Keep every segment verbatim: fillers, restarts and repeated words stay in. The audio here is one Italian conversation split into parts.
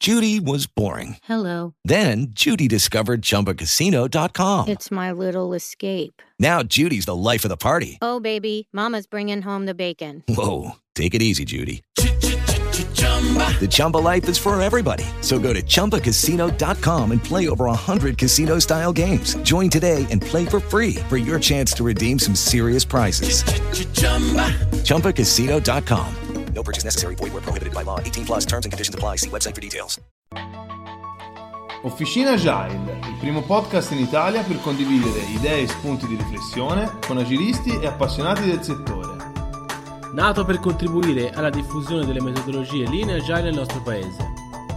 Judy was boring. Hello. Then Judy discovered Chumba Casino dot com. It's my little escape. Now Judy's the life of the party. Oh, baby, mama's bringing home the bacon. Whoa, take it easy, Judy. The Chumba life is for everybody. So go to Chumba Casino dot com and play over one hundred casino-style games. Join today and play for free for your chance to redeem some serious prizes. Chumba Casino dot com. No purchase necessary. Void where prohibited by law. eighteen plus terms and conditions apply. See website for details. Officina Agile, il primo podcast in Italia per condividere idee e spunti di riflessione con agilisti e appassionati del settore. Nato per contribuire alla diffusione delle metodologie Lean e Agile nel nostro paese.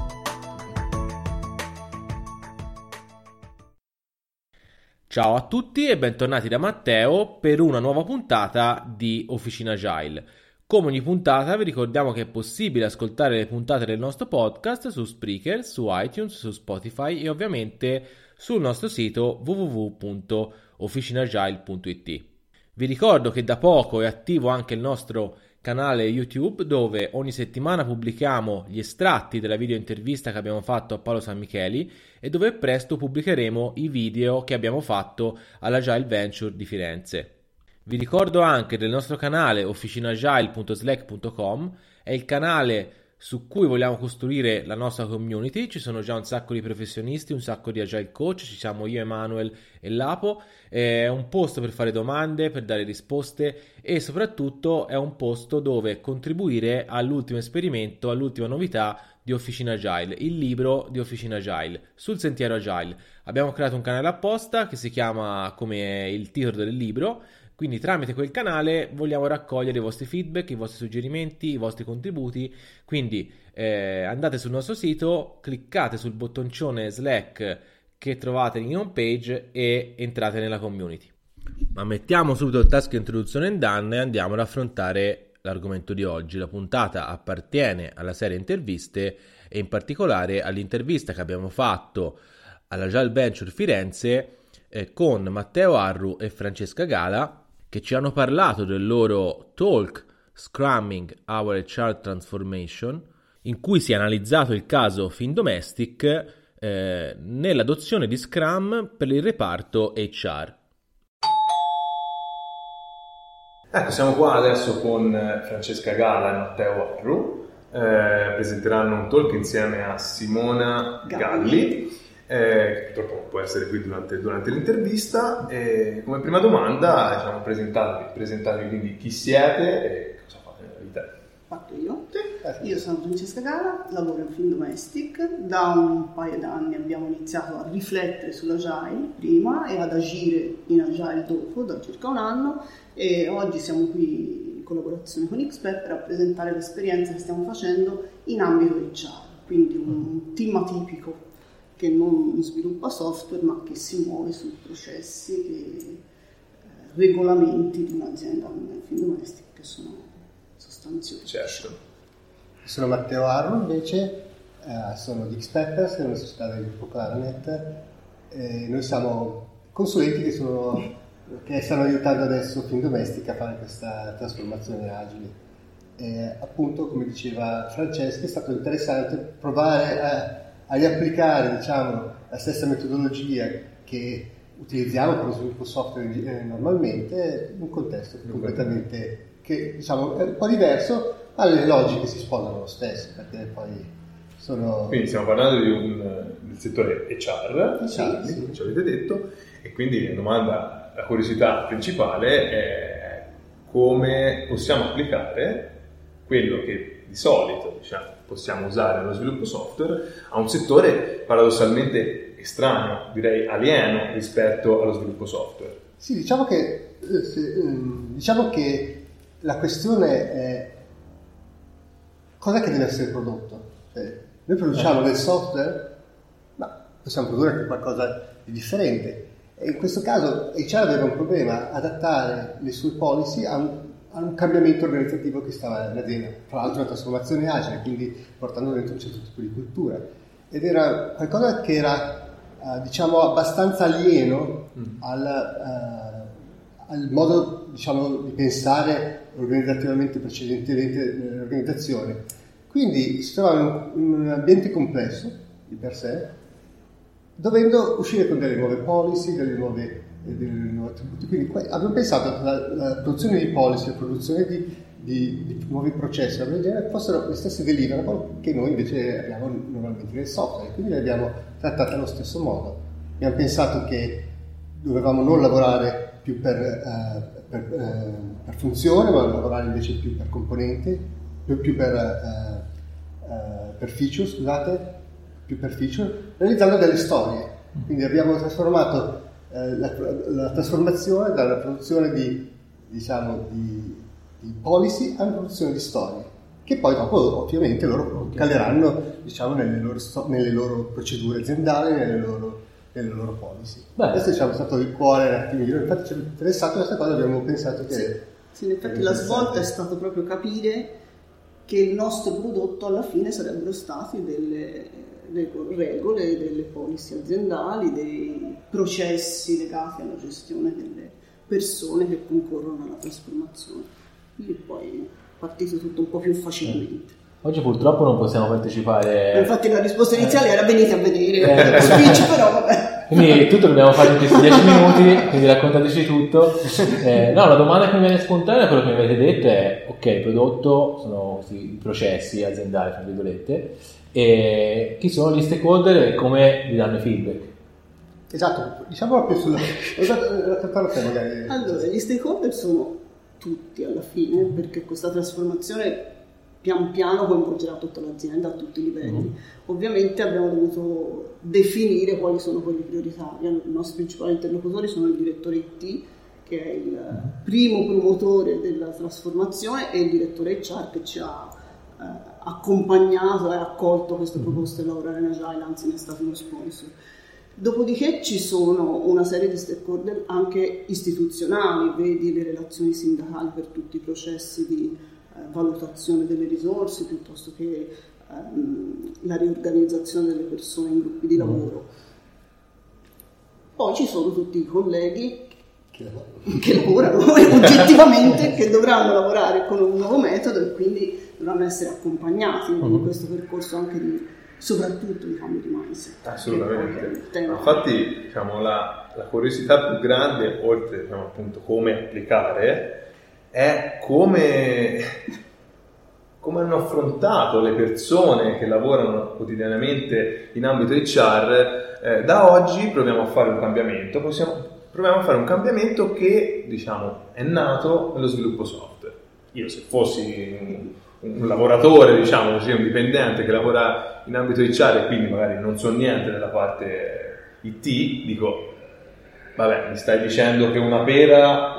Ciao a tutti e bentornati da Matteo per una nuova puntata di Officina Agile. Come ogni puntata vi ricordiamo che è possibile ascoltare le puntate del nostro podcast su Spreaker, su iTunes, su Spotify e ovviamente sul nostro sito w w w punto officinagile punto i t. Vi ricordo che da poco è attivo anche il nostro canale YouTube dove ogni settimana pubblichiamo gli estratti della video intervista che abbiamo fatto a Paolo San Micheli e dove presto pubblicheremo i video che abbiamo fatto all'Agile Venture di Firenze. Vi ricordo anche del nostro canale officinagile punto slack punto com, è il canale su cui vogliamo costruire la nostra community. Ci sono già un sacco di professionisti, un sacco di agile coach, ci siamo io, Emanuel e Lapo. È un posto per fare domande, per dare risposte e soprattutto è un posto dove contribuire all'ultimo esperimento, all'ultima novità di Officina Agile, il libro di Officina Agile, sul sentiero Agile. Abbiamo creato un canale apposta che si chiama come il titolo del libro. Quindi tramite quel canale vogliamo raccogliere i vostri feedback, i vostri suggerimenti, i vostri contributi. Quindi eh, andate sul nostro sito, cliccate sul bottoncione Slack che trovate in home page e entrate nella community. Ma mettiamo subito il tasto introduzione in done e andiamo ad affrontare l'argomento di oggi. La puntata appartiene alla serie interviste e in particolare all'intervista che abbiamo fatto all'Agile Venture Firenze eh, con Matteo Arru e Francesca Gala, che ci hanno parlato del loro talk Scrumming Our H R Transformation, in cui si è analizzato il caso FinDomestic eh, nell'adozione di Scrum per il reparto H R. Ecco, siamo qua adesso con Francesca Gala e Matteo Arru, eh, presenteranno un talk insieme a Simona Galli. Eh, che purtroppo può essere qui durante, durante l'intervista. E come prima domanda, diciamo, presentatevi, presentatevi quindi chi siete e cosa fate nella vita. Fatto io. Io sono Francesca Gala, lavoro in FinDomestic. Da un paio d'anni abbiamo iniziato a riflettere sull'Agile prima e ad agire in Agile dopo, da circa un anno, e oggi siamo qui in collaborazione con Xpert per rappresentare l'esperienza che stiamo facendo in ambito H R, quindi un team atipico che non sviluppa software ma che si muove su processi e eh, regolamenti di un'azienda come FinDomestic che sono sostanziosi. Certo. Sono Matteo Arru invece, eh, sono di Xpeppers, che è una società del gruppo Claranet. Eh, noi siamo consulenti che, sono, che stanno aiutando adesso FinDomestic a fare questa trasformazione agile. Eh, appunto, come diceva Francesca, è stato interessante provare a a riapplicare, diciamo, la stessa metodologia che utilizziamo per lo sviluppo software eh, normalmente in un contesto completamente che, diciamo, è un po' diverso, ma le logiche si sposano lo stesso, perché poi sono... Quindi stiamo parlando di un, del settore H R, sì, sì. come ci avete detto, e quindi la domanda, la curiosità principale è come possiamo applicare quello che di solito, diciamo, possiamo usare nello sviluppo software a un settore paradossalmente estraneo, direi alieno rispetto allo sviluppo software. Sì, diciamo che, diciamo che la questione è cosa che deve essere prodotto. Cioè, noi produciamo del software, ma possiamo produrre anche qualcosa di differente. E in questo caso H R aveva un problema, adattare le sue policy a un a un cambiamento organizzativo che stava in azienda, tra l'altro una trasformazione agile, quindi portando dentro un certo tipo di cultura, ed era qualcosa che era uh, diciamo abbastanza alieno mm. al, uh, al modo, diciamo, di pensare organizzativamente precedente dell'organizzazione. Quindi si trovava in un ambiente complesso di per sé, dovendo uscire con delle nuove policy, delle nuove, delle nuove attributi. Quindi abbiamo pensato che la, la produzione di policy, la produzione di, di, di nuovi processi del genere fossero le stesse deliverable che noi invece abbiamo normalmente nel software, quindi le abbiamo trattate allo stesso modo. Abbiamo pensato che dovevamo non lavorare più per, uh, per, uh, per funzione, ma lavorare invece più per componenti, più, più per, uh, uh, per feature, scusate, più per feature, realizzando delle storie. Quindi abbiamo trasformato uh, la, la trasformazione dalla produzione di, diciamo, di, di policy alla produzione di storie, che poi dopo ovviamente loro caleranno, diciamo, nelle loro, nelle loro procedure aziendali, nelle loro nelle loro policy. Beh. Questo diciamo, è stato il cuore un attimino, infatti ci è interessato questa cosa, abbiamo pensato che... Sì, sì, in effetti la svolta è stato proprio capire che il nostro prodotto alla fine sarebbero stati delle, delle regole, delle policy aziendali, dei processi legati alla gestione delle persone che concorrono alla trasformazione. Quindi poi è partito tutto un po' più facilmente. Oggi purtroppo non possiamo partecipare. Infatti la risposta iniziale eh. era venite a vedere eh. speech, però vabbè. Quindi tutto dobbiamo fare in questi dieci minuti, quindi raccontateci tutto. Eh, no, la domanda che mi viene spontanea, quello che mi avete detto è: ok, il prodotto sono questi i processi aziendali, tra virgolette, e chi sono gli stakeholder e come vi danno i feedback? Esatto, diciamo più sulla... magari. Allora, gli stakeholder sono tutti alla fine, perché questa trasformazione pian piano coinvolgerà tutta l'azienda a tutti i livelli. Mm. Ovviamente abbiamo dovuto definire quali sono quelli prioritari. I nostri principali interlocutori sono il direttore I T, che è il mm. primo promotore della trasformazione, e il direttore H R che ci ha eh, accompagnato e accolto queste proposte di lavorare in Agile, anzi ne è stato uno sponsor. Dopodiché ci sono una serie di stakeholder anche istituzionali, vedi le relazioni sindacali per tutti i processi di valutazione delle risorse piuttosto che ehm, la riorganizzazione delle persone in gruppi di lavoro. Poi ci sono tutti i colleghi che lavorano, che lavorano oggettivamente, che dovranno lavorare con un nuovo metodo e quindi dovranno essere accompagnati in uh-huh. questo percorso anche di, soprattutto di cambio di mindset. Assolutamente. Infatti, diciamo, la, la curiosità più grande, oltre, diciamo, appunto come applicare, è come, come hanno affrontato le persone che lavorano quotidianamente in ambito H R. Eh, da oggi proviamo a fare un cambiamento, possiamo, proviamo a fare un cambiamento che, diciamo, è nato nello sviluppo software. Io, se fossi un, un lavoratore, diciamo così, un dipendente che lavora in ambito H R e quindi magari non so niente della parte I T, dico, vabbè, mi stai dicendo che una pera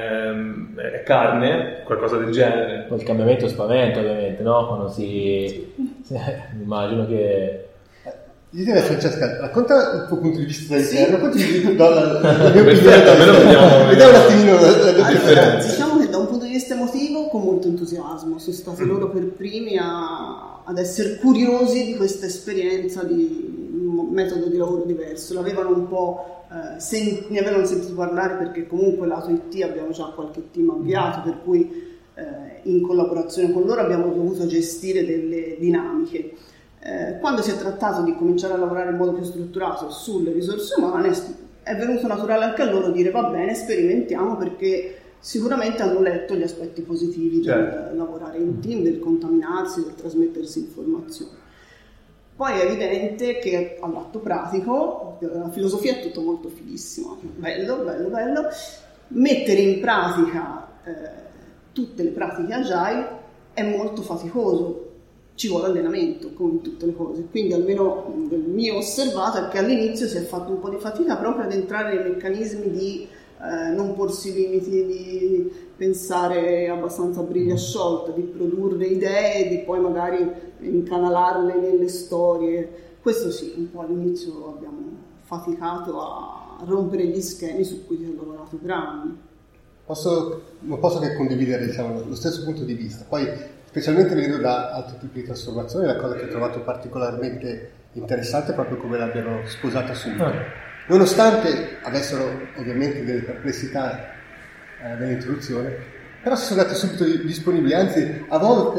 è carne, qualcosa del genere. Poi il cambiamento spaventa, ovviamente, no? Quando si... sì. Immagino che... Dite, Francesca, racconta il tuo punto di vista da esterno, poi ti do la, la mia opinione da esterno. Vediamo un attimino la, la differenza. Diciamo che da un punto di vista emotivo, con molto entusiasmo, sono stati mm. loro per primi a, ad essere curiosi di questa esperienza di un metodo di lavoro diverso. L'avevano un po'... Uh, sen- ne avevano sentito parlare, perché comunque lato I T abbiamo già qualche team avviato, per cui uh, in collaborazione con loro abbiamo dovuto gestire delle dinamiche. Uh, quando si è trattato di cominciare a lavorare in modo più strutturato sulle risorse umane, è venuto naturale anche a loro dire: va bene, sperimentiamo, perché sicuramente hanno letto gli aspetti positivi certo. del lavorare in team, del contaminarsi, del trasmettersi informazioni. Poi è evidente che all'atto pratico, la filosofia è tutto molto fighissimo, bello, bello, bello, mettere in pratica eh, tutte le pratiche agile è molto faticoso, ci vuole allenamento come in tutte le cose, quindi almeno il mio osservato è che all'inizio si è fatto un po' di fatica proprio ad entrare nei meccanismi di eh, non porsi limiti, di pensare abbastanza a briglia sciolta, di produrre idee, di poi magari incanalarle nelle storie. Questo sì, un po' all'inizio abbiamo faticato a rompere gli schemi su cui si è lavorato per anni. Posso, non posso che condividere, diciamo, lo stesso punto di vista. Poi, specialmente venendo da altri tipi di trasformazioni, la cosa che ho trovato particolarmente interessante è proprio come l'abbiano sposata subito. Ah. Nonostante avessero ovviamente delle perplessità eh, nell'introduzione, però si sono dati subito disponibili, anzi a volte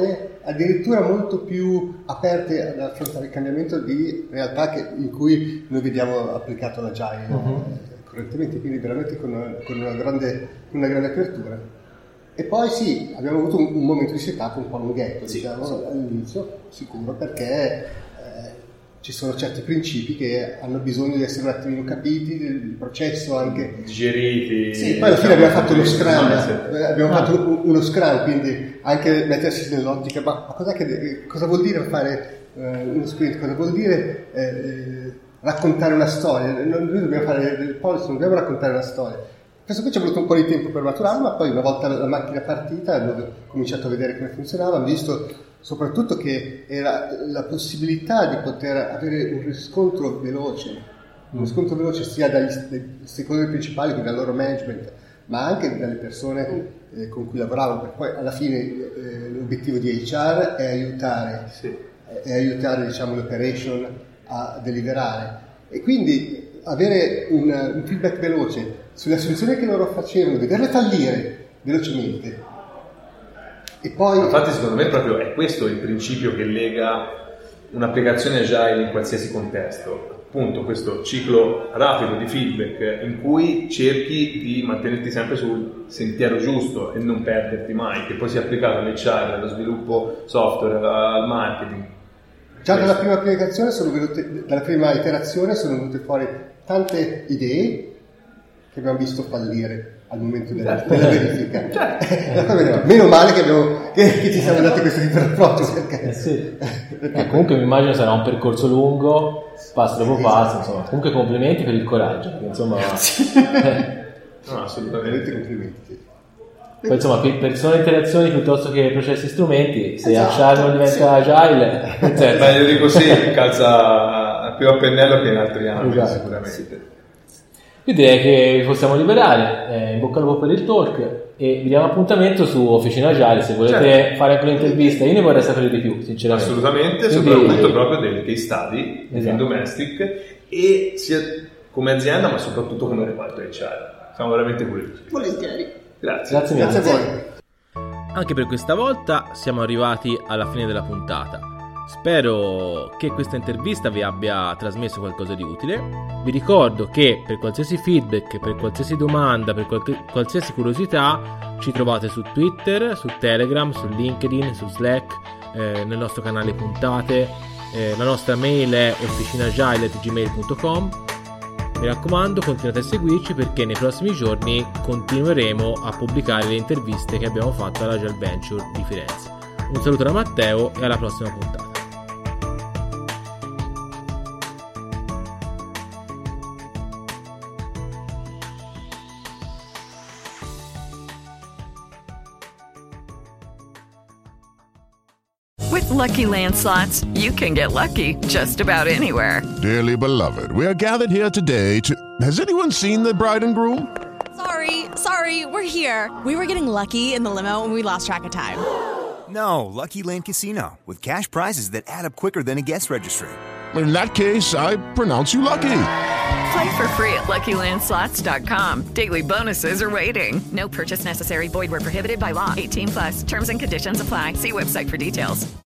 addirittura molto più aperte ad affrontare il cambiamento di realtà che, in cui noi vediamo applicato l'agile uh-huh. correntemente, quindi veramente con una, con una, grande, una grande apertura. E poi sì, abbiamo avuto un, un momento di setup un po' lunghetto, sì, diciamo, sì. all'inizio, sicuro, perché ci sono certi principi che hanno bisogno di essere un attimino capiti, il processo anche digeriti. Sì, poi alla fine abbiamo fatto uno scrum, abbiamo ah. fatto uno scrum, quindi anche mettersi nell'ottica, ma, ma cosa, che, cosa vuol dire fare uh, uno sprint, cosa vuol dire eh, raccontare una storia? Noi dobbiamo fare del policy, non dobbiamo raccontare una storia. Questo qui ci è voluto un po' di tempo per maturarlo, ma poi una volta la macchina partita abbiamo cominciato a vedere come funzionava, abbiamo visto soprattutto che era la possibilità di poter avere un riscontro veloce, un riscontro veloce sia dagli, dai stakeholder principali, quindi dal loro management, ma anche dalle persone eh, con cui lavoravano, perché poi alla fine eh, l'obiettivo di H R è aiutare, sì. è aiutare diciamo, l'operation a deliberare, e quindi avere un, un feedback veloce sulle assunzioni che loro facevano, vederle fallire velocemente. E poi... Infatti secondo me proprio è questo il principio che lega un'applicazione agile in qualsiasi contesto, appunto questo ciclo rapido di feedback in cui cerchi di mantenerti sempre sul sentiero giusto e non perderti mai, che poi sia applicato all'H R, allo sviluppo software, al marketing. Già dalla prima applicazione sono venute, dalla prima iterazione sono venute fuori tante idee che abbiamo visto fallire al momento della, della verifica. Certo. Meno male che, abbiamo, che, che ci siamo dati questo tipo di approccio. Perché, eh sì. perché eh, comunque mi immagino sarà un percorso lungo, passo dopo passo, insomma. Comunque complimenti per il coraggio, perché, insomma... no, assolutamente complimenti. Poi insomma, persone e interazioni piuttosto che processi e strumenti, se esatto, Agile non diventa sì. Agile... Certo. Beh, io dico sì, calza più a pennello che in altri anni, esatto. sicuramente. Sì. Io direi che vi possiamo liberare, eh, in bocca al lupo per il talk, e vi diamo appuntamento su Officina Agile se volete certo. fare anche un'intervista. Io ne vorrei sapere di più, sinceramente. Assolutamente, quindi, soprattutto proprio del case study esatto. in Domestic, e sia come azienda ma soprattutto come reparto H R. Siamo veramente curiosi. Volentieri. Grazie. Grazie mille. Grazie a voi. Anche per questa volta siamo arrivati alla fine della puntata. Spero che questa intervista vi abbia trasmesso qualcosa di utile. Vi ricordo che per qualsiasi feedback, per qualsiasi domanda, per qualche, qualsiasi curiosità, ci trovate su Twitter, su Telegram, su LinkedIn, su Slack, eh, nel nostro canale puntate. Eh, la nostra mail è officinaagile at gmail punto com. Mi raccomando, continuate a seguirci perché nei prossimi giorni continueremo a pubblicare le interviste che abbiamo fatto all'Agile Venture di Firenze. Un saluto da Matteo e alla prossima puntata. With Lucky Land Slots, you can get lucky just about anywhere. Dearly beloved, we are gathered here today to... Has anyone seen the bride and groom? Sorry, sorry, we're here. We were getting lucky in the limo and we lost track of time. No, Lucky Land Casino, with cash prizes that add up quicker than a guest registry. In that case, I pronounce you lucky. Play for free at lucky land slots dot com. Daily bonuses are waiting. No purchase necessary. Void where prohibited by law. eighteen plus. Terms and conditions apply. See website for details.